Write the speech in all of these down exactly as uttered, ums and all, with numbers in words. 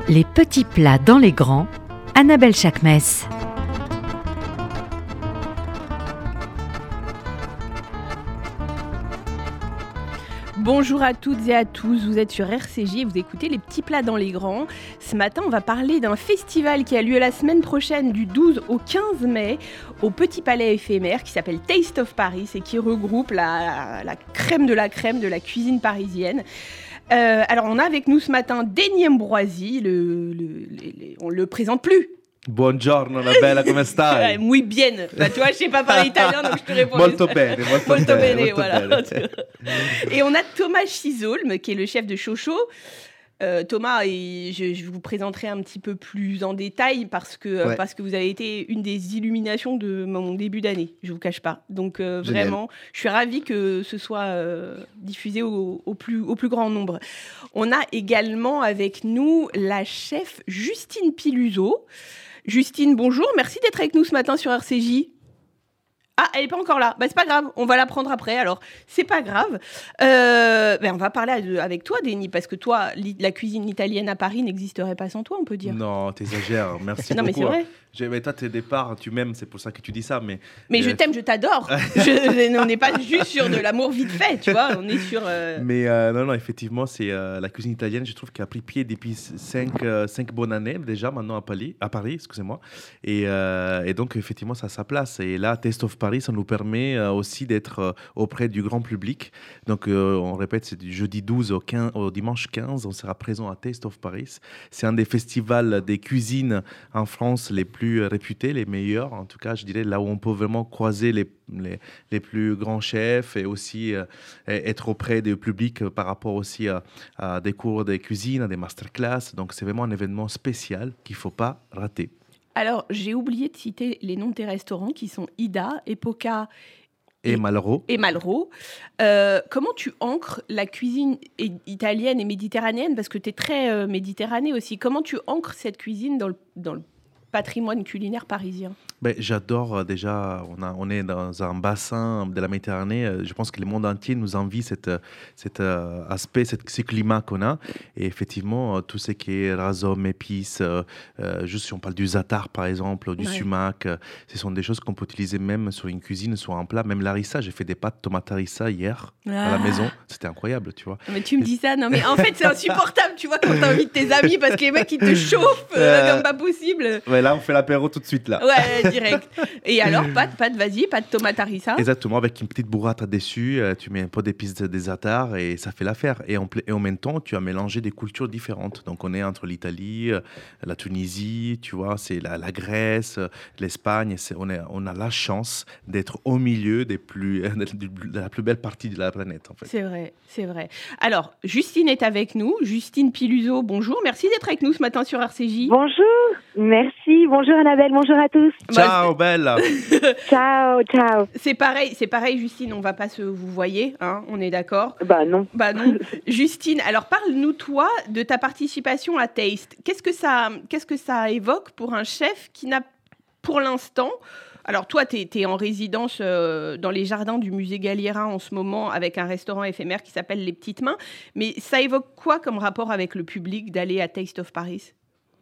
Les petits plats dans les grands, Annabelle Chakmes. Bonjour à toutes et à tous, vous êtes sur R C J et vous écoutez Les petits plats dans les grands. Ce matin, on va parler d'un festival qui a lieu la semaine prochaine du douze au quinze mai au Petit Palais éphémère qui s'appelle Taste of Paris et qui regroupe la, la crème de la crème de la cuisine parisienne. Euh, alors, on a avec nous ce matin Denis Ambroisi, le, le, le, le, on ne le présente plus. Buongiorno Annabella, come stai? Muy bien. Bah, tu vois, je ne sais pas parler italien, donc je te réponds. Molto bene, molto, molto bene, bene, molto voilà. bene. Et on a Thomas Chisolm, qui est le chef de Chocho. Euh, Thomas, et je, je vous présenterai un petit peu plus en détail parce que, ouais. parce que vous avez été une des illuminations de mon début d'année, je ne vous cache pas. Donc euh, vraiment, je suis ravie que ce soit euh, diffusé au, au, plus, au plus grand nombre. On a également avec nous la chef Justine Piluzot. Justine, bonjour, merci d'être avec nous ce matin sur R C J. Ah, elle n'est pas encore là. Bah, c'est pas grave, on va la prendre après, alors c'est pas grave. Euh, ben, on va parler avec toi, Denis, parce que toi, la cuisine italienne à Paris n'existerait pas sans toi, on peut dire. Non, t'exagères, merci non, beaucoup. Non, mais c'est vrai. J'ai, mais toi, tes départs, tu m'aimes, c'est pour ça que tu dis ça. Mais, mais je t'aime, je t'adore. je, on n'est pas juste sur de l'amour vite fait, tu vois, on est sur... Euh... Mais euh, non, non, effectivement, c'est euh, la cuisine italienne, je trouve qu'elle a pris pied depuis cinq euh, bonnes années déjà, maintenant à Paris, à Paris excusez-moi. Et, euh, et donc, effectivement, ça a sa place. Et là, Taste of Paris, ça nous permet euh, aussi d'être euh, auprès du grand public. Donc, euh, on répète, c'est du jeudi douze au, quinze, au dimanche quinze, on sera présent à Taste of Paris. C'est un des festivals des cuisines en France les plus plus réputés, les meilleurs, en tout cas, je dirais, là où on peut vraiment croiser les, les, les plus grands chefs et aussi euh, être auprès du public par rapport aussi à, à des cours de cuisine, à des masterclass. Donc, c'est vraiment un événement spécial qu'il ne faut pas rater. Alors, j'ai oublié de citer les noms de tes restaurants qui sont Ida, Epoca et, et Malraux. Et Malraux. Euh, comment tu ancres la cuisine italienne et méditerranéenne, parce que tu es très euh, méditerranée aussi. Comment tu ancres cette cuisine dans le, dans le patrimoine culinaire parisien? Ben, j'adore euh, déjà, on, a, on est dans un bassin de la Méditerranée, euh, je pense que le monde entier nous envie cet, cet euh, aspect, cet, ce climat qu'on a. Et effectivement, euh, tout ce qui est rhizome, épices, euh, euh, juste si on parle du za'atar par exemple, du ouais. sumac, euh, ce sont des choses qu'on peut utiliser même sur une cuisine, sur un plat. Même l'harissa, j'ai fait des pâtes tomates harissa hier ah. à la maison, c'était incroyable, tu vois. Mais tu me dis ça, non mais en fait c'est insupportable, tu vois, quand t'invites tes amis parce que les mecs ils te chauffent euh, comme pas possible. Ouais, là on fait l'apéro tout de suite là. Ouais. Direct. Et alors, pâte, pâte, vas-y, pâte tomate harissa. Exactement, avec une petite burrata dessus, euh, tu mets un peu d'épices de, des za'atar et ça fait l'affaire. Et en, et en même temps, tu as mélangé des cultures différentes. Donc, on est entre l'Italie, euh, la Tunisie, tu vois, c'est la, la Grèce, euh, l'Espagne. C'est, on, est, on a la chance d'être au milieu des plus, euh, de la plus belle partie de la planète, en fait. C'est vrai, c'est vrai. Alors, Justine est avec nous. Justine Piluzot, bonjour. Merci d'être avec nous ce matin sur R C J. Bonjour, merci. Bonjour Annabelle, bonjour à tous. Ciao, belle. Ciao, ciao. C'est pareil, c'est pareil, Justine, on va pas se vous voyez, hein, on est d'accord? Bah non. Bah non. Justine, alors parle-nous toi de ta participation à Taste. Qu'est-ce que ça, qu'est-ce que ça évoque pour un chef qui n'a, pour l'instant, alors toi, tu es en résidence euh, dans les jardins du musée Galliera en ce moment avec un restaurant éphémère qui s'appelle Les Petites Mains, mais ça évoque quoi comme rapport avec le public d'aller à Taste of Paris?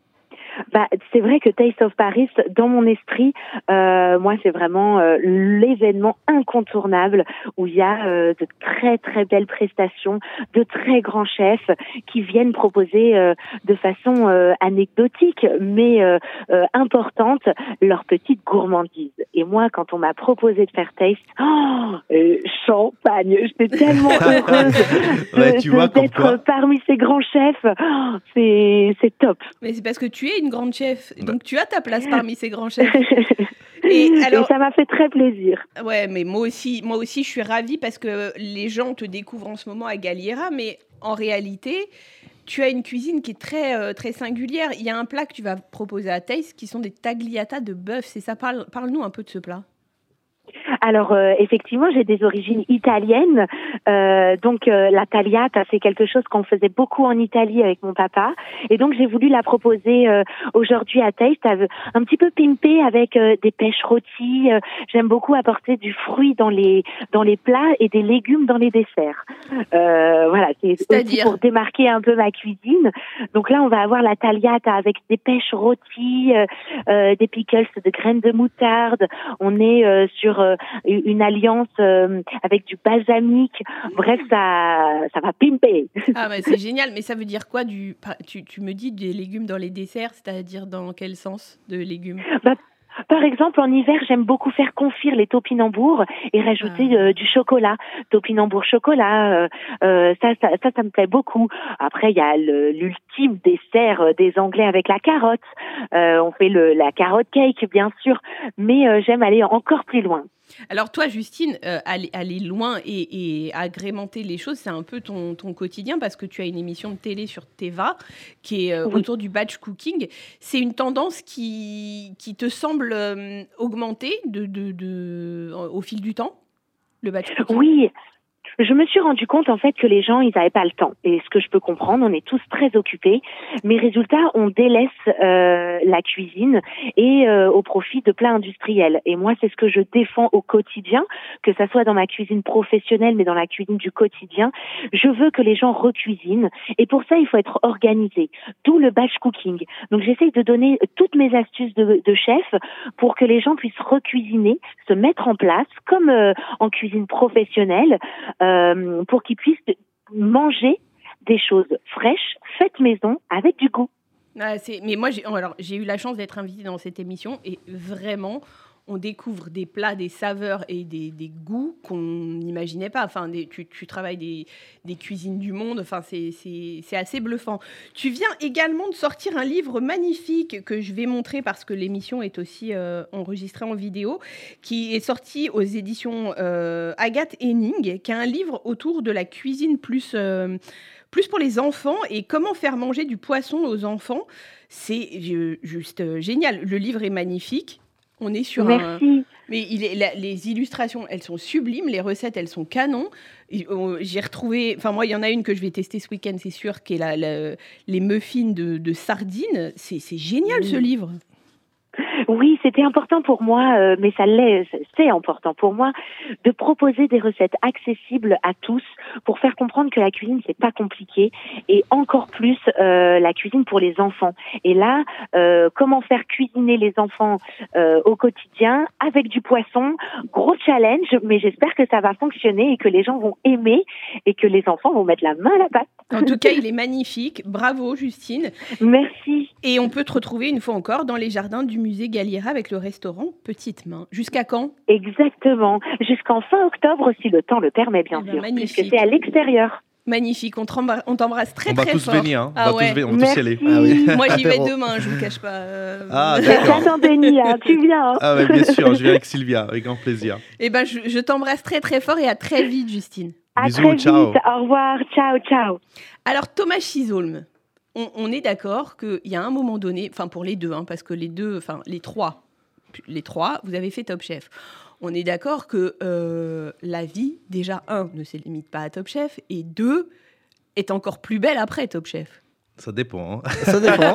Bah, c'est vrai que Taste of Paris, dans mon esprit, euh, moi, c'est vraiment euh, l'événement incontournable où il y a euh, de très, très belles prestations, de très grands chefs qui viennent proposer euh, de façon euh, anecdotique, mais euh, euh, importante, leur petite gourmandise. Et moi, quand on m'a proposé de faire Taste, oh, euh, champagne, j'étais tellement heureuse de, ouais, tu de, vois, d'être parmi ces grands chefs. Oh, c'est, c'est top. Mais c'est parce que tu es une grande chef, donc tu as ta place parmi ces grands chefs. Et, alors, et ça m'a fait très plaisir. Ouais, mais moi aussi, moi aussi, je suis ravie parce que les gens te découvrent en ce moment à Galliera, mais en réalité, tu as une cuisine qui est très, euh, très singulière. Il y a un plat que tu vas proposer à Taste qui sont des tagliata de bœuf. C'est ça, parle, parle-nous un peu de ce plat. Alors euh, effectivement, j'ai des origines italiennes, euh, donc euh, la tagliata, c'est quelque chose qu'on faisait beaucoup en Italie avec mon papa, et donc j'ai voulu la proposer euh, aujourd'hui à Taste, un petit peu pimpée avec euh, des pêches rôties. Euh, j'aime beaucoup apporter du fruit dans les dans les plats et des légumes dans les desserts. Euh, voilà, voilà, c'est aussi C'est-à-dire pour démarquer un peu ma cuisine. Donc là, on va avoir la tagliata avec des pêches rôties, euh, euh, des pickles de graines de moutarde. On est euh, sur euh, une alliance euh, avec du balsamique. Bref, ça, ça va pimper. Ah, bah, c'est génial. Mais ça veut dire quoi du... tu, tu me dis des légumes dans les desserts, c'est-à-dire dans quel sens de légumes? Bah, par exemple, en hiver, j'aime beaucoup faire confire les topinambours et rajouter ah. euh, du chocolat. Topinambour chocolat, euh, euh, ça, ça, ça, ça me plaît beaucoup. Après, il y a le, l'ultime dessert euh, des Anglais avec la carotte. Euh, on fait le, la carotte cake, bien sûr, mais euh, j'aime aller encore plus loin. Alors toi, Justine, euh, aller, aller loin et, et agrémenter les choses, c'est un peu ton, ton quotidien parce que tu as une émission de télé sur Teva qui est euh, oui. autour du batch cooking. C'est une tendance qui, qui te semble euh, augmenter de, de, de, au fil du temps, le batch cooking? Oui. Je me suis rendu compte en fait que les gens ils n'avaient pas le temps et ce que je peux comprendre, on est tous très occupés, mais résultat on délaisse euh, la cuisine et euh, au profit de plats industriels. Et moi c'est ce que je défends au quotidien, que ça soit dans ma cuisine professionnelle mais dans la cuisine du quotidien. Je veux que les gens recuisinent et pour ça il faut être organisé. D'où le batch cooking. Donc j'essaye de donner toutes mes astuces de, de chef pour que les gens puissent recuisiner, se mettre en place comme euh, en cuisine professionnelle. Euh, pour qu'ils puissent manger des choses fraîches, faites maison, avec du goût. Ah, c'est... Mais moi, j'ai... Alors, j'ai eu la chance d'être invitée dans cette émission et vraiment, on découvre des plats, des saveurs et des, des goûts qu'on n'imaginait pas. Enfin, des... tu, tu travailles des, des cuisines du monde. Enfin, c'est, c'est, c'est assez bluffant. Tu viens également de sortir un livre magnifique que je vais montrer parce que l'émission est aussi euh, enregistrée en vidéo, qui est sorti aux éditions euh, Agathe Henning, qui est un livre autour de la cuisine plus... Euh, plus pour les enfants et comment faire manger du poisson aux enfants. C'est juste euh, génial. Le livre est magnifique. On est sur Merci. un... Mais il est, la, les illustrations, elles sont sublimes. Les recettes, elles sont canons. J'ai retrouvé... Enfin, moi, il y en a une que je vais tester ce week-end, c'est sûr, qui est la, la, les muffins de, de sardines. C'est, c'est génial, oui. Ce livre. Oui, c'était important pour moi, euh, mais ça l'est, c'est important pour moi, de proposer des recettes accessibles à tous pour faire comprendre que la cuisine, c'est pas compliqué et encore plus euh, la cuisine pour les enfants. Et là, euh, comment faire cuisiner les enfants euh, au quotidien avec du poisson, gros challenge, mais j'espère que ça va fonctionner et que les gens vont aimer et que les enfants vont mettre la main à la pâte. En tout cas, il est magnifique. Bravo, Justine. Merci. Et on peut te retrouver une fois encore dans les jardins du musée Galliera avec le restaurant Petite Main. Jusqu'à quand? Exactement. Jusqu'en fin octobre, si le temps le permet, bien eh sûr. Ben, puisque c'est à l'extérieur. Magnifique, on, t'embrasse, on t'embrasse très on très va fort. Tous venir, hein. Ah on va ouais. tous, on va tous y aller. Ah oui. Moi j'y vais demain, je vous cache pas. Euh... Ah d'accord. J'attends Denis, hein. Tu viens. Hein. Ah ouais, bien sûr, je viens avec Sylvia, avec grand plaisir. Eh ben je, je t'embrasse très très fort et à très vite, Justine. À Bisous, très ciao. vite. Au revoir, ciao, ciao. Alors Thomas Chisolm, on, on est d'accord qu'il y a un moment donné, enfin pour les deux, hein, parce que les deux, enfin les trois, les trois, vous avez fait Top Chef. On est d'accord que euh, la vie, déjà un, ne se limite pas à Top Chef et deux, est encore plus belle après Top Chef. Ça dépend. Hein. Ça dépend.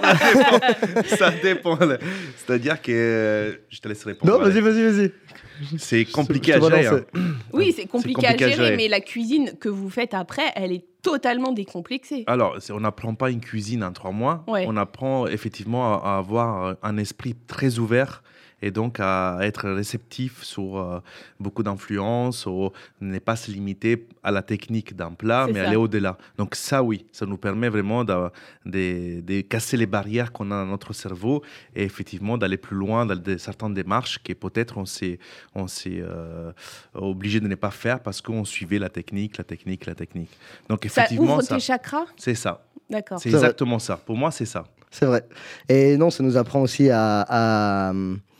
Ça dépend. C'est-à-dire que... Je te laisse répondre. Non, vas-y, vas-y, vas-y. C'est compliqué à gérer. Hein. Oui, c'est compliqué, c'est compliqué à, gérer, à gérer, mais la cuisine que vous faites après, elle est totalement décomplexée. Alors, on n'apprend pas une cuisine en trois mois. Ouais. On apprend effectivement à, à avoir un esprit très ouvert et donc à être réceptif sur euh, beaucoup d'influences, ou ne pas se limiter à la technique d'un plat, c'est mais ça. Aller au-delà. Donc ça, oui, ça nous permet vraiment de, de, de casser les barrières qu'on a dans notre cerveau et effectivement d'aller plus loin dans de, certaines démarches que peut-être on s'est, on s'est euh, obligé de ne pas faire parce qu'on suivait la technique, la technique, la technique. Donc effectivement, ça ouvre ça, tes chakras ? C'est ça. D'accord. C'est, c'est exactement vrai. ça. Pour moi, c'est ça. C'est vrai. Et non, ça nous apprend aussi à... à...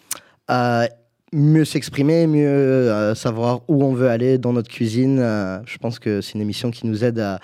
à mieux s'exprimer, mieux euh, savoir où on veut aller dans notre cuisine. Euh, je pense que c'est une émission qui nous aide à,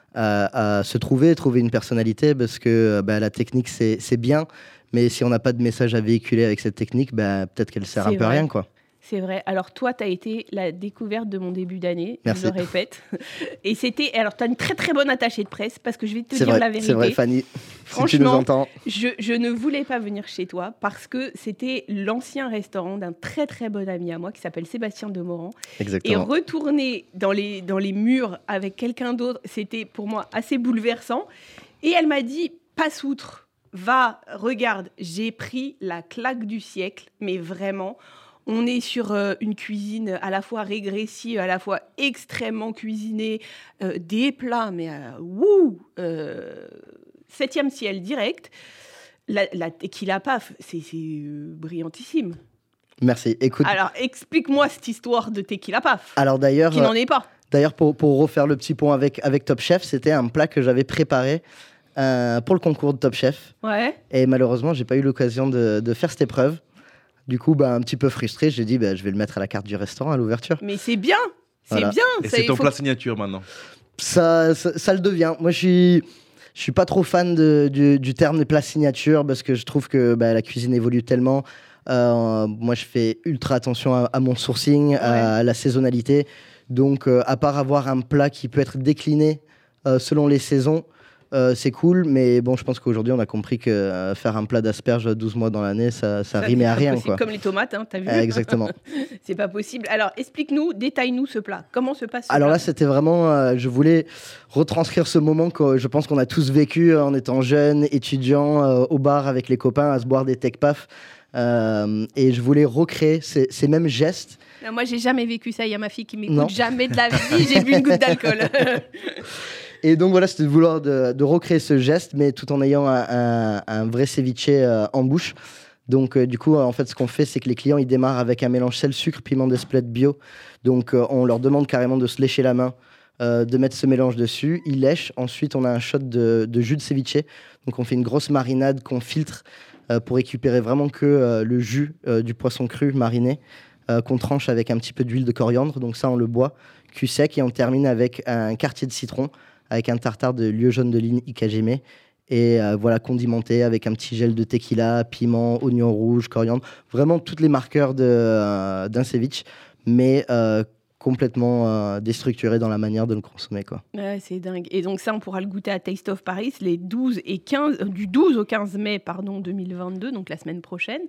à, à se trouver, trouver une personnalité, parce que bah, la technique, c'est, c'est bien, mais si on n'a pas de message à véhiculer avec cette technique, bah, peut-être qu'elle sert c'est un peu vrai. à rien, quoi. C'est vrai. Alors toi, tu as été la découverte de mon début d'année, Merci. je le répète. Et c'était... Alors, tu as une très très bonne attachée de presse, parce que je vais te C'est dire vrai, la vérité. c'est vrai, Fanny. Franchement, si tu nous entends. Je, je ne voulais pas venir chez toi, parce que c'était l'ancien restaurant d'un très très bon ami à moi, qui s'appelle Sébastien Demorand. Exactement. Et retourner dans les, dans les murs avec quelqu'un d'autre, c'était pour moi assez bouleversant. Et elle m'a dit, passe outre, va, regarde, j'ai pris la claque du siècle, mais vraiment... On est sur euh, une cuisine à la fois régressive, à la fois extrêmement cuisinée, euh, des plats, mais euh, wouh, euh, septième ciel direct. La, la tequila paf, c'est, c'est euh, brillantissime. Merci. Écoute. Alors, explique-moi cette histoire de tequila paf. Alors d'ailleurs, qui n'en est pas. D'ailleurs, pour, pour refaire le petit pont avec, avec Top Chef, c'était un plat que j'avais préparé euh, pour le concours de Top Chef. Ouais. Et malheureusement, j'ai pas eu l'occasion de, de faire cette épreuve. Du coup, bah, un petit peu frustré, j'ai dit bah, je vais le mettre à la carte du restaurant à l'ouverture. Mais c'est bien, c'est voilà. bien. Et ça, c'est ton faut... plat signature maintenant. Ça, ça, ça le devient. Moi, je suis, je suis pas trop fan de, du, du terme de plat signature parce que je trouve que bah, la cuisine évolue tellement. Euh, moi, je fais ultra attention à, à mon sourcing, ouais. à la saisonnalité. Donc, euh, à part avoir un plat qui peut être décliné euh, selon les saisons, Euh, c'est cool, mais bon, je pense qu'aujourd'hui, on a compris que euh, faire un plat d'asperges douze mois dans l'année, ça, ça, ça rimait à rien. Quoi. Comme les tomates, hein, t'as vu euh, Exactement. C'est pas possible. Alors, explique-nous, détaille-nous ce plat. Comment se passe ce Alors plat là, c'était vraiment... Euh, je voulais retranscrire ce moment que je pense qu'on a tous vécu en étant jeunes, étudiants, euh, au bar avec les copains, à se boire des tech-paf. Euh, et je voulais recréer ces, ces mêmes gestes. Non, moi, j'ai jamais vécu ça. Il y a ma fille qui m'écoute jamais de la vie. J'ai bu une goutte d'alcool. Et donc voilà, c'était de vouloir de, de recréer ce geste, mais tout en ayant un, un, un vrai ceviche euh, en bouche. Donc euh, du coup, euh, en fait, ce qu'on fait, c'est que les clients, ils démarrent avec un mélange sel, sucre, piment d'Espelette bio. Donc euh, on leur demande carrément de se lécher la main, euh, de mettre ce mélange dessus. Ils lèchent. Ensuite, on a un shot de, de jus de ceviche. Donc on fait une grosse marinade qu'on filtre euh, pour récupérer vraiment que euh, le jus euh, du poisson cru mariné, euh, qu'on tranche avec un petit peu d'huile de coriandre. Donc ça, on le boit cul sec et on termine avec un quartier de citron, avec un tartare de lieu jaune de ligne Ikajime et euh, voilà, condimenté avec un petit gel de tequila, piment, oignon rouge, coriandre, vraiment toutes les marqueurs de, euh, d'un ceviche, mais euh, complètement euh, déstructuré dans la manière de le consommer, quoi. Ouais, c'est dingue. Et donc ça, on pourra le goûter à Taste of Paris les douze et quinze, du douze au quinze mai pardon, deux mille vingt-deux, donc la semaine prochaine.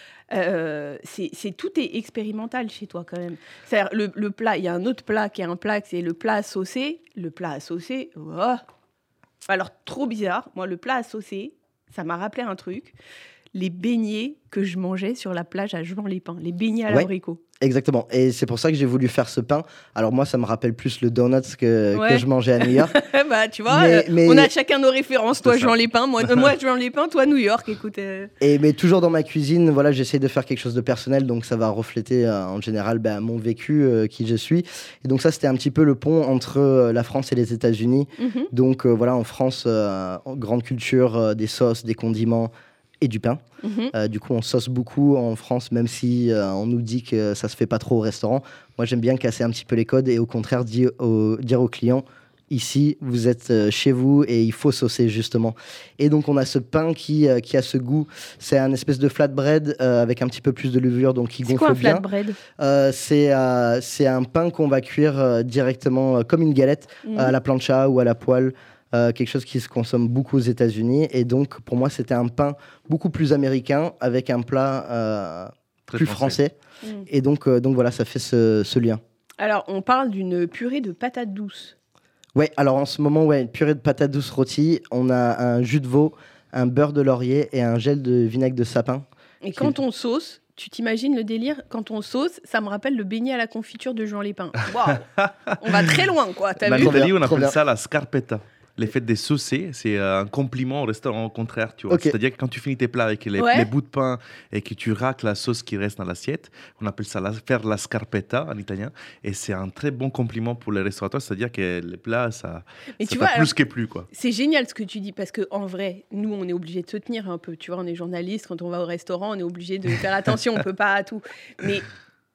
Euh, c'est, c'est, tout est expérimental chez toi quand même. C'est-à-dire le, le plat, il y a un autre plat qui est un plat, c'est le plat à saucer. Le plat à saucer, oh. Alors trop bizarre. Moi, le plat à saucer, ça m'a rappelé un truc. Les beignets que je mangeais sur la plage à Juan-les-Pins, les beignets à ouais, l'abricot. Exactement. Et c'est pour ça que j'ai voulu faire ce pain. Alors moi, ça me rappelle plus le donut que, ouais. que je mangeais à New York. bah, tu vois, mais, euh, mais... on a chacun nos références. Toi, Juan-les-Pins, moi, euh, moi Juan-les-Pins, toi, New York. Écoute. Euh... Et mais toujours dans ma cuisine, voilà, j'essaie de faire quelque chose de personnel, donc ça va refléter euh, en général bah, mon vécu, euh, qui je suis. Et donc ça, c'était un petit peu le pont entre euh, la France et les États-Unis. Mm-hmm. Donc euh, voilà, en France, euh, grande culture euh, des sauces, des condiments et du pain. Mmh. Euh, du coup, on sauce beaucoup en France, même si euh, on nous dit que ça se fait pas trop au restaurant. Moi, j'aime bien casser un petit peu les codes et au contraire dire, au, dire aux clients, ici, vous êtes euh, chez vous et il faut saucer justement. Et donc, on a ce pain qui, euh, qui a ce goût. C'est un espèce de flatbread euh, avec un petit peu plus de levure, donc qui c'est gonfle quoi, un bien. Flatbread euh, c'est, euh, c'est un pain qu'on va cuire euh, directement euh, comme une galette mmh. à la plancha ou à la poêle. Euh, quelque chose qui se consomme beaucoup aux États-Unis. Et donc, pour moi, c'était un pain beaucoup plus américain avec un plat euh, plus français. français. Mmh. Et donc, euh, donc, voilà, ça fait ce, ce lien. Alors, on parle d'une purée de patates douces. Oui, alors en ce moment, ouais, une purée de patates douces rôties. On a un jus de veau, un beurre de laurier et un gel de vinaigre de sapin. Et quand on sauce, tu t'imagines le délire? Quand on sauce, ça me rappelle le beignet à la confiture de Juan-les-Pins. Waouh. On va très loin, quoi. T'as en vu? Italie, on appelle ça la scarpetta. L'effet des saucer, c'est un compliment au restaurant, au contraire, tu vois. Okay. C'est-à-dire que quand tu finis tes plats avec les, ouais. les bouts de pain et que tu racles la sauce qui reste dans l'assiette, on appelle ça la, faire la scarpetta en italien. Et c'est un très bon compliment pour les restaurateurs, c'est-à-dire que les plats, ça, Mais ça tu vois, plus alors, que plus, quoi. C'est génial ce que tu dis, parce qu'en vrai, nous, on est obligés de se tenir un peu. Tu vois, on est journaliste, quand on va au restaurant, on est obligé de faire attention, on ne peut pas à tout. Mais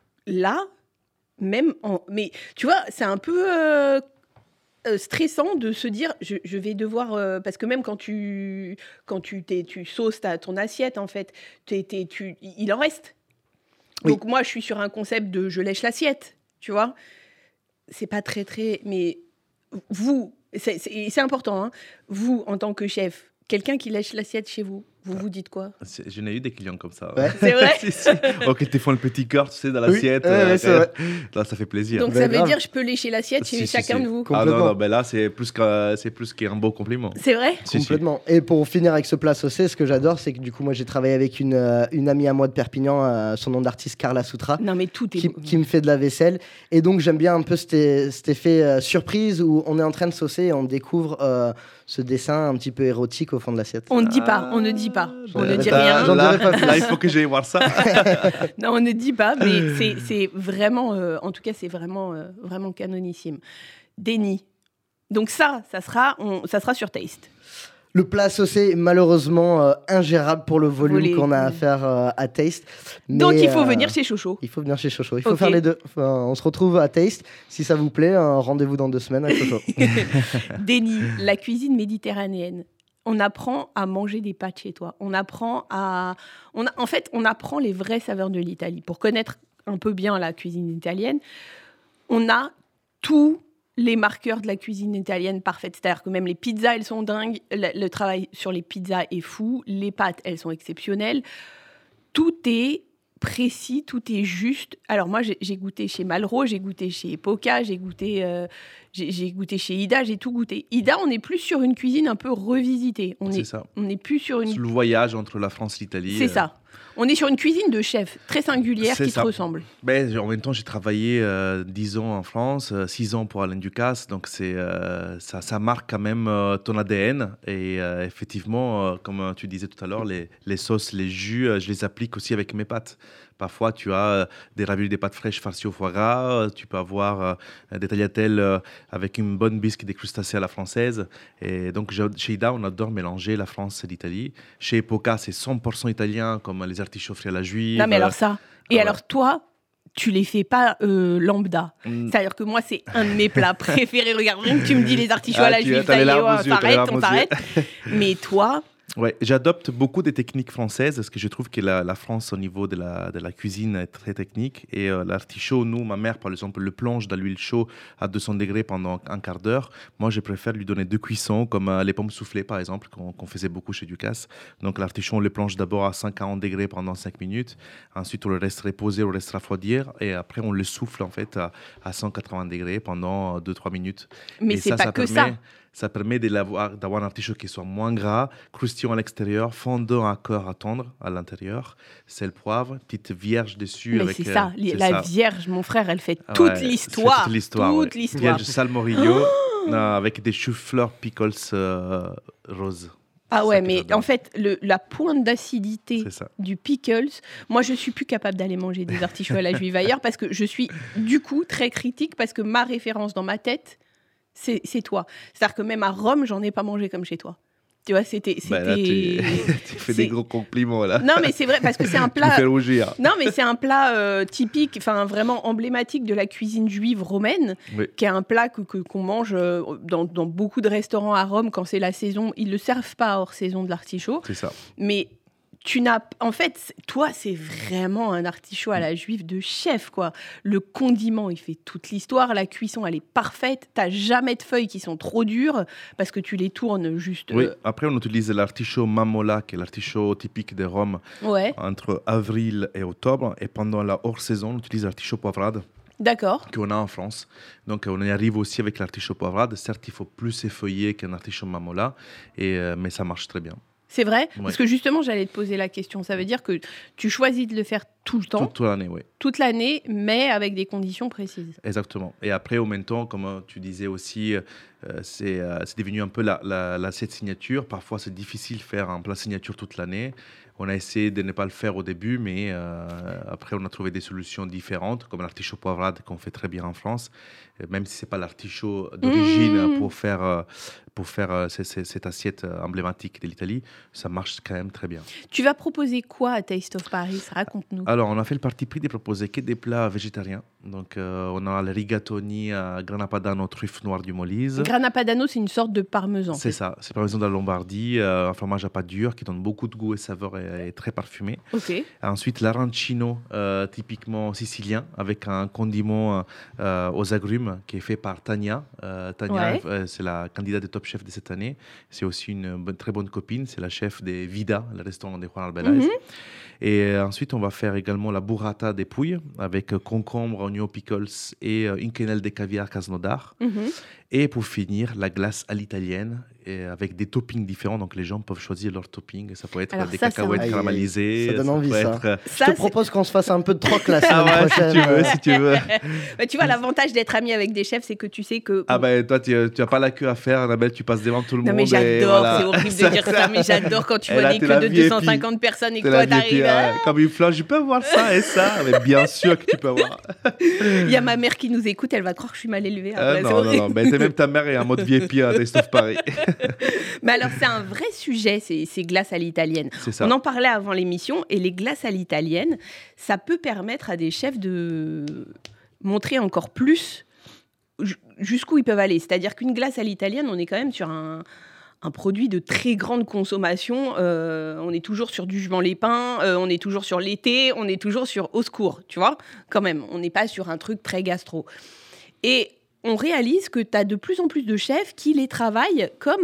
là, même en... Mais tu vois, c'est un peu... Euh... stressant de se dire je, je vais devoir euh, parce que même quand tu quand tu t'es, tu sauces ta, ton assiette en fait t'es, t'es, tu, il en reste Oui. Donc moi, je suis sur un concept de je lèche l'assiette, tu vois. C'est pas très, très... Mais vous, c'est, c'est, c'est important, hein, vous, en tant que chef, quelqu'un qui lèche l'assiette chez vous, vous vous dites quoi? C'est, j'en ai eu des clients comme ça. Ouais. C'est vrai. si, si. Ok, ils te font le petit cœur, tu sais, dans l'assiette. Oui, euh, ouais, c'est vrai. Là, ça fait plaisir. Donc, ben ça veut grave. dire je peux lécher l'assiette chez si, chacun si, si. de vous. Ah non, non, ben là, c'est plus, que, c'est plus qu'un beau compliment. C'est vrai. si, Complètement. Si. Et pour finir avec ce plat saucé, ce que j'adore, c'est que du coup, moi, j'ai travaillé avec une, euh, une amie à moi de Perpignan, euh, son nom d'artiste Carla Soutra. Non, mais tout est qui, qui me fait de la vaisselle. Et donc, j'aime bien un peu cet, cet effet euh, surprise où on est en train de saucer et on découvre euh, ce dessin un petit peu érotique au fond de l'assiette. On ne dit pas, on ne dit pas. On ne dit rien. Là, là, là, il faut que j'aille voir ça. Non, on ne dit pas, mais c'est, c'est vraiment, euh, en tout cas, c'est vraiment, euh, vraiment canonissime. Déni. Donc ça, ça sera, on, ça sera sur Taste. Le plat saucé est malheureusement euh, ingérable pour le volume Volé. qu'on a à faire euh, à Taste. Mais, Donc il faut euh, venir chez Chocho. Il faut venir chez Chocho. Il faut okay. faire les deux. Enfin, on se retrouve à Taste. Si ça vous plaît, un rendez-vous dans deux semaines à Chocho. Déni, la cuisine méditerranéenne. On apprend à manger des pâtes chez toi. On apprend à... On a... En fait, on apprend les vraies saveurs de l'Italie. Pour connaître un peu bien la cuisine italienne, on a tous les marqueurs de la cuisine italienne parfaite. C'est-à-dire que même les pizzas, elles sont dingues. Le, le travail sur les pizzas est fou. Les pâtes, elles sont exceptionnelles. Tout est précis, tout est juste. Alors moi, j'ai, j'ai goûté chez Malraux, j'ai goûté chez Poca, j'ai goûté, euh, j'ai, j'ai goûté chez Ida, j'ai tout goûté. Ida, on est plus sur une cuisine un peu revisitée. On c'est est, ça. On n'est plus sur une... C'est le voyage entre la France et l'Italie. C'est euh... ça. On est sur une cuisine de chef très singulière c'est qui ça. se ressemble. Ben, en même temps, j'ai travaillé euh, dix ans en France, euh, six ans pour Alain Ducasse, donc c'est, euh, ça, ça marque quand même euh, ton A D N. Et euh, effectivement, euh, comme tu disais tout à l'heure, les, les sauces, les jus, euh, je les applique aussi avec mes pâtes. Parfois, tu as euh, des raviolis, des pâtes fraîches farcies au foie gras. Euh, tu peux avoir euh, des tagliatelles euh, avec une bonne bisque des crustacés à la française. Et donc, je, chez Ida, on adore mélanger la France et l'Italie. Chez Poca, c'est cent pour cent italien, comme les artichauts frits à la juive. Non, mais alors ça. Et ouais. alors, toi, tu les fais pas euh, lambda. Mm. C'est-à-dire que moi, c'est un de mes plats préférés. Regarde, rien que tu me dis les artichauts ah, à la juive, ça y est, on s'arrête, on s'arrête. Mais toi... Ouais, j'adopte beaucoup des techniques françaises parce que je trouve que la, la France, au niveau de la, de la cuisine, est très technique. Et euh, l'artichaut, nous, ma mère, par exemple, le plonge dans l'huile chaude à deux cents degrés pendant un quart d'heure. Moi, je préfère lui donner deux cuissons, comme euh, les pommes soufflées, par exemple, qu'on, qu'on faisait beaucoup chez Ducasse. Donc, l'artichaut, on le plonge d'abord à cent quarante degrés pendant cinq minutes. Ensuite, on le laisse reposer, on le laisse refroidir. Et après, on le souffle, en fait, à, à cent quatre-vingts degrés pendant deux à trois minutes. Mais et c'est ça, pas ça que permet... ça. Ça permet de d'avoir un artichaut qui soit moins gras, croustillant à l'extérieur, fondant à cœur à tendre à l'intérieur, sel, poivre, petite vierge dessus. Mais avec, c'est ça, euh, c'est la ça. vierge, mon frère, elle fait toute ouais, l'histoire. Toute l'histoire. Toute ouais. l'histoire. Vierge salmorillo oh euh, avec des choux-fleurs pickles euh, roses. Ah ouais, mais j'adore. En fait, le, la pointe d'acidité du pickles, moi, je suis plus capable d'aller manger des artichauts à la juive ailleurs parce que je suis, du coup, très critique parce que ma référence dans ma tête, C'est, c'est toi. C'est-à-dire que même à Rome, j'en ai pas mangé comme chez toi. Tu vois, c'était... c'était... Bah là, tu fais des gros compliments, là. Non, mais c'est vrai, parce que c'est un plat... Tu me fais rougir. Non, mais c'est un plat euh, typique, enfin vraiment emblématique de la cuisine juive romaine, oui. qui est un plat que, que, qu'on mange euh, dans, dans beaucoup de restaurants à Rome quand c'est la saison. Ils ne le servent pas hors saison de l'artichaut. C'est ça. Mais... Tu n'as, en fait, toi, c'est vraiment un artichaut à la juive de chef, quoi. Le condiment, il fait toute l'histoire. La cuisson, elle est parfaite. T'as jamais de feuilles qui sont trop dures parce que tu les tournes juste. Oui. Après, on utilise l'artichaut mammola, qui est l'artichaut typique de Rome, ouais. entre avril et octobre. Et pendant la hors-saison, on utilise l'artichaut poivrade. D'accord. Qu'on a en France. Donc, on y arrive aussi avec l'artichaut poivrade. Certes, il faut plus effeuiller qu'un artichaut mammola, et, euh, mais ça marche très bien. C'est vrai ? Ouais. Parce que justement, j'allais te poser la question. Ça veut dire que tu choisis de le faire tout le temps. Toute, toute l'année, oui. Toute l'année, mais avec des conditions précises. Exactement. Et après, au même temps, comme tu disais aussi, euh, c'est, euh, c'est devenu un peu la, la, l'assiette signature. Parfois, c'est difficile de faire un plat signature toute l'année. On a essayé de ne pas le faire au début, mais euh, après, on a trouvé des solutions différentes, comme l'artichaut poivrade qu'on fait très bien en France, même si ce n'est pas l'artichaut d'origine mmh. pour faire, euh, pour faire euh, c- c- cette assiette euh, emblématique de l'Italie, ça marche quand même très bien. Tu vas proposer quoi à Taste of Paris? Raconte-nous. Alors, on a fait le parti pris de proposer que des plats végétariens. Donc, euh, on a le rigatoni à Grana Padano, truffe noire du Molise. Grana Padano, c'est une sorte de parmesan. C'est ça, c'est parmesan de la Lombardie, euh, un fromage à pâte dure qui donne beaucoup de goût et saveur et, et très parfumé. Ok. Ensuite, l'arancino, euh, typiquement sicilien, avec un condiment euh, aux agrumes qui est fait par Tania. Euh, Tania, Ouais. euh, c'est la candidate de Top Chef de cette année. C'est aussi une bonne- très bonne copine. C'est la chef des Vida, le restaurant de Juan Arbeláez. Mhm. Et euh, ensuite, on va faire également la burrata des pouilles avec euh, concombre, oignons, pickles et euh, une quenelle de caviar Krasnodar. Mhm. Et pour finir, la glace à l'italienne et avec des toppings différents. Donc les gens peuvent choisir leur topping. Ça peut être Alors des ça, c'est cacahuètes un- caramélisées. Ça donne envie, peut ça. être, euh, Je Ça, te c'est- propose qu'on se fasse un peu de troc la Ah semaine ouais, si prochaine. tu veux, si tu veux. Bah, tu vois, l'avantage d'être ami avec des chefs, c'est que tu sais que. Ah ben toi, tu n'as pas la queue à faire, Annabelle, tu passes devant tout le non, monde. mais et j'adore, voilà. c'est horrible de dire ça, mais j'adore quand tu Et vois là, des t'es queues la de V I P. deux cent cinquante personnes et que C'est toi, la V I P, t'arrives. hein. ouais, comme une flanche, je peux avoir ça et ça. Mais bien sûr que tu peux avoir. Il y a ma mère qui nous écoute, elle va croire que je suis mal élevée. Euh, après, c'est non, non, horrible. non. Ben, t'es même ta mère est en mode V I P à Taste of Paris. Mais alors, c'est un vrai sujet, ces, ces glaces à l'italienne. C'est ça. On en parlait avant l'émission, et les glaces à l'italienne, ça peut permettre à des chefs de montrer encore plus ju- jusqu'où ils peuvent aller. C'est-à-dire qu'une glace à l'italienne, on est quand même sur un, un produit de très grande consommation. Euh, on est toujours sur du Juan-les-Pins, euh, on est toujours sur l'été, on est toujours sur au secours, tu vois, quand même. On n'est pas sur un truc très gastro. Et on réalise que tu as de plus en plus de chefs qui les travaillent comme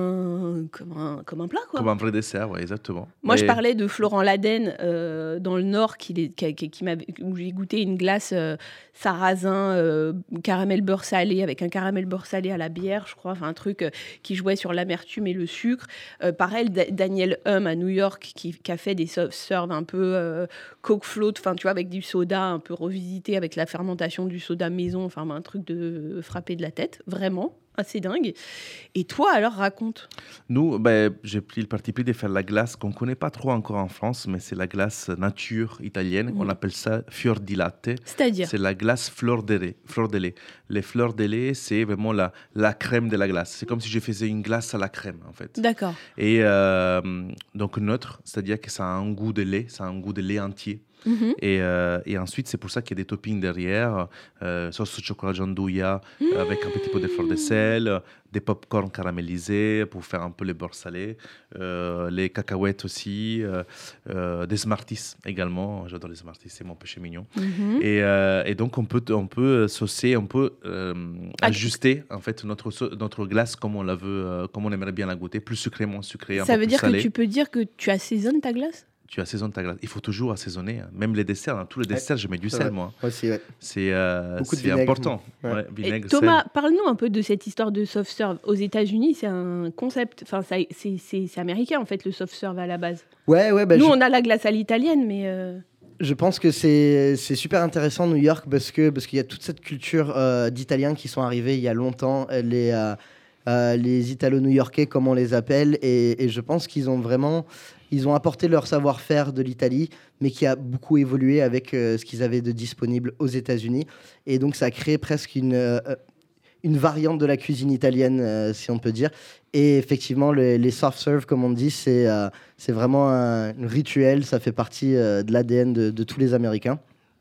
un, comme un, comme un plat, quoi. Comme un vrai dessert, ouais, exactement. Moi, je Mais- parlais de Florent Laden euh, dans le Nord, qui, les- qui, qui- qui m'avait- où j'ai goûté une glace euh, sarrasin, euh, caramel beurre salé, avec un caramel beurre salé à la bière, je crois, enfin un truc euh, qui jouait sur l'amertume et le sucre. Euh, pareil, Da- Daniel Hum à New York, qui, qui a fait des soft serves un peu euh, coke float, enfin tu vois, avec du soda un peu revisité, avec la fermentation du soda maison, enfin un truc de frapper de la tête, vraiment. Assez dingue. Et toi, alors, raconte. Nous, ben, j'ai pris le parti pris de faire la glace qu'on ne connaît pas trop encore en France, mais c'est la glace nature italienne. Mhm. On appelle ça fior di latte. C'est-à-dire C'est la glace fleur de lait. Fleur de lait. Les fleurs de lait, c'est vraiment la, la crème de la glace. C'est comme si je faisais une glace à la crème, en fait. D'accord. Et euh, donc neutre, c'est-à-dire que ça a un goût de lait, ça a un goût de lait entier. Mhm. Et, euh, et ensuite, c'est pour ça qu'il y a des toppings derrière, euh, sauce au chocolat gianduja Mmh. avec un petit peu de fleur de sel, des pop-corn caramélisés pour faire un peu le beurre salé, euh, les cacahuètes aussi, euh, euh, des Smarties également. J'adore les Smarties, c'est mon péché mignon. Mhm. Et, euh, et donc, on peut, on peut saucer, on peut euh, Ah, ajuster en fait notre, sau- notre glace comme on la veut, euh, comme on aimerait bien la goûter, plus sucré, moins sucré, un Ça peu veut plus dire salé. que tu peux dire que tu assaisonnes ta glace? Tu assaisonnes ta glace. Il faut toujours assaisonner. hein. Même les desserts, dans tous les Ouais, desserts, je mets du c'est sel, vrai. moi. Moi aussi, ouais. C'est euh, Beaucoup de c'est vinaigre. important. Ouais. Ouais, Et vinaigre, Thomas, sel. parle-nous un peu de cette histoire de soft serve. Aux États-Unis, c'est un concept, enfin, ça- c'est c'est- c'est américain en fait, le soft serve à la base. Ouais, ouais, bah, Nous, je, on a la glace à l'italienne, mais. euh, je pense que c'est c'est super intéressant New York parce que parce qu'il y a toute cette culture euh, d'Italiens qui sont arrivés il y a longtemps, euh, les euh, euh, les Italo-New-Yorkais comme on les appelle, et, et je pense qu'ils ont vraiment ils ont apporté leur savoir-faire de l'Italie, mais qui a beaucoup évolué avec euh, ce qu'ils avaient de disponible aux États-Unis, et donc ça a créé presque une euh, une variante de la cuisine italienne, euh, si on peut dire. Et effectivement, les, les soft serve, comme on dit, c'est euh, c'est vraiment un, un rituel. Ça fait partie euh, de l'A D N de, de tous les Américains.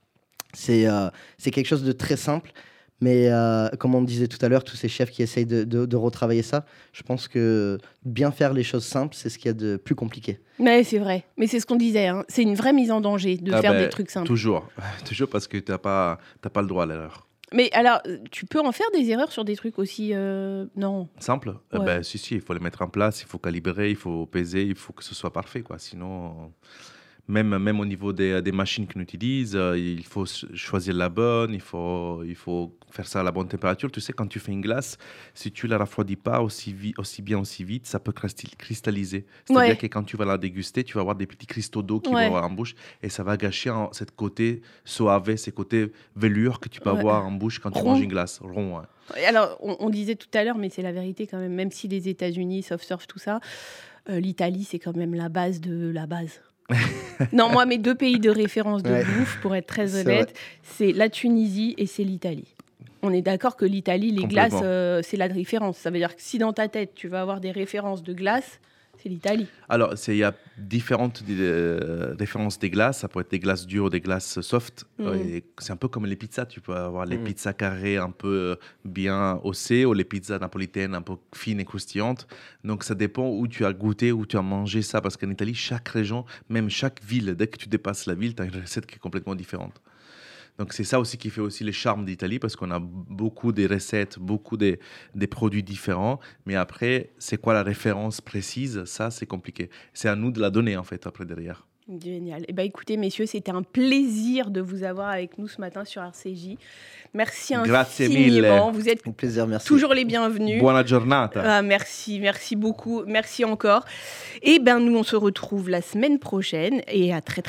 C'est euh, c'est quelque chose de très simple. Mais euh, comme on disait tout à l'heure, tous ces chefs qui essayent de, de, de retravailler ça, je pense que bien faire les choses simples, c'est ce qu'il y a de plus compliqué. Mais c'est vrai. Mais c'est ce qu'on disait. hein. C'est une vraie mise en danger de Ah faire ben, des trucs simples. Toujours. Toujours parce que tu n'as pas, t'as pas le droit à l'erreur. Mais alors, euh, tu peux en faire des erreurs sur des trucs aussi. euh, Non. Simple Eh Ouais. ben, si, si, il faut les mettre en place, il faut calibrer, il faut peser, il faut que ce soit parfait. Quoi. Sinon, même, même au niveau des, des machines qu'on utilise, euh, il faut s- choisir la bonne, il faut, il faut faire ça à la bonne température. Tu sais, quand tu fais une glace, si tu la refroidis pas aussi, vi- aussi bien, aussi vite, ça peut cristal- cristalliser. C'est-à-dire Ouais. que quand tu vas la déguster, tu vas avoir des petits cristaux d'eau qui Ouais. vont avoir en bouche et ça va gâcher en, cette côté soave, ces côtés velours que tu peux Ouais. avoir en bouche quand tu Rond. manges une glace. Rond, ouais. Et alors, on, on disait tout à l'heure, mais c'est la vérité quand même. Même si les États-Unis, soft serve, tout ça, euh, l'Italie, c'est quand même la base de la base. Non, moi, mes deux pays de référence de Ouais. bouffe, pour être très C'est honnête, c'est la Tunisie et c'est l'Italie. On est d'accord que l'Italie, les glaces, euh, c'est la référence. Ça veut dire que si dans ta tête, tu vas avoir des références de glace, c'est l'Italie. Alors, il y a différentes euh, références des glaces. Ça peut être des glaces dures, des glaces soft. Mm. Euh, c'est un peu comme les pizzas. Tu peux avoir les mm. pizzas carrées un peu bien ossées ou les pizzas napolitaines un peu fines et croustillantes. Donc, ça dépend où tu as goûté, où tu as mangé ça. Parce qu'en Italie, chaque région, même chaque ville, dès que tu dépasses la ville, tu as une recette qui est complètement différente. Donc, c'est ça aussi qui fait aussi le charme d'Italie, parce qu'on a beaucoup de recettes, beaucoup de, de produits différents. Mais après, c'est quoi la référence précise? Ça, c'est compliqué. C'est à nous de la donner, en fait, après, derrière. Génial. Eh ben, écoutez, messieurs, c'était un plaisir de vous avoir avec nous ce matin sur R C J. Merci Grazie infiniment. Mille. Vous êtes un plaisir, merci. toujours les bienvenus. Buona giornata. Ah, merci, merci beaucoup. Merci encore. Et ben, nous, on se retrouve la semaine prochaine et à très, très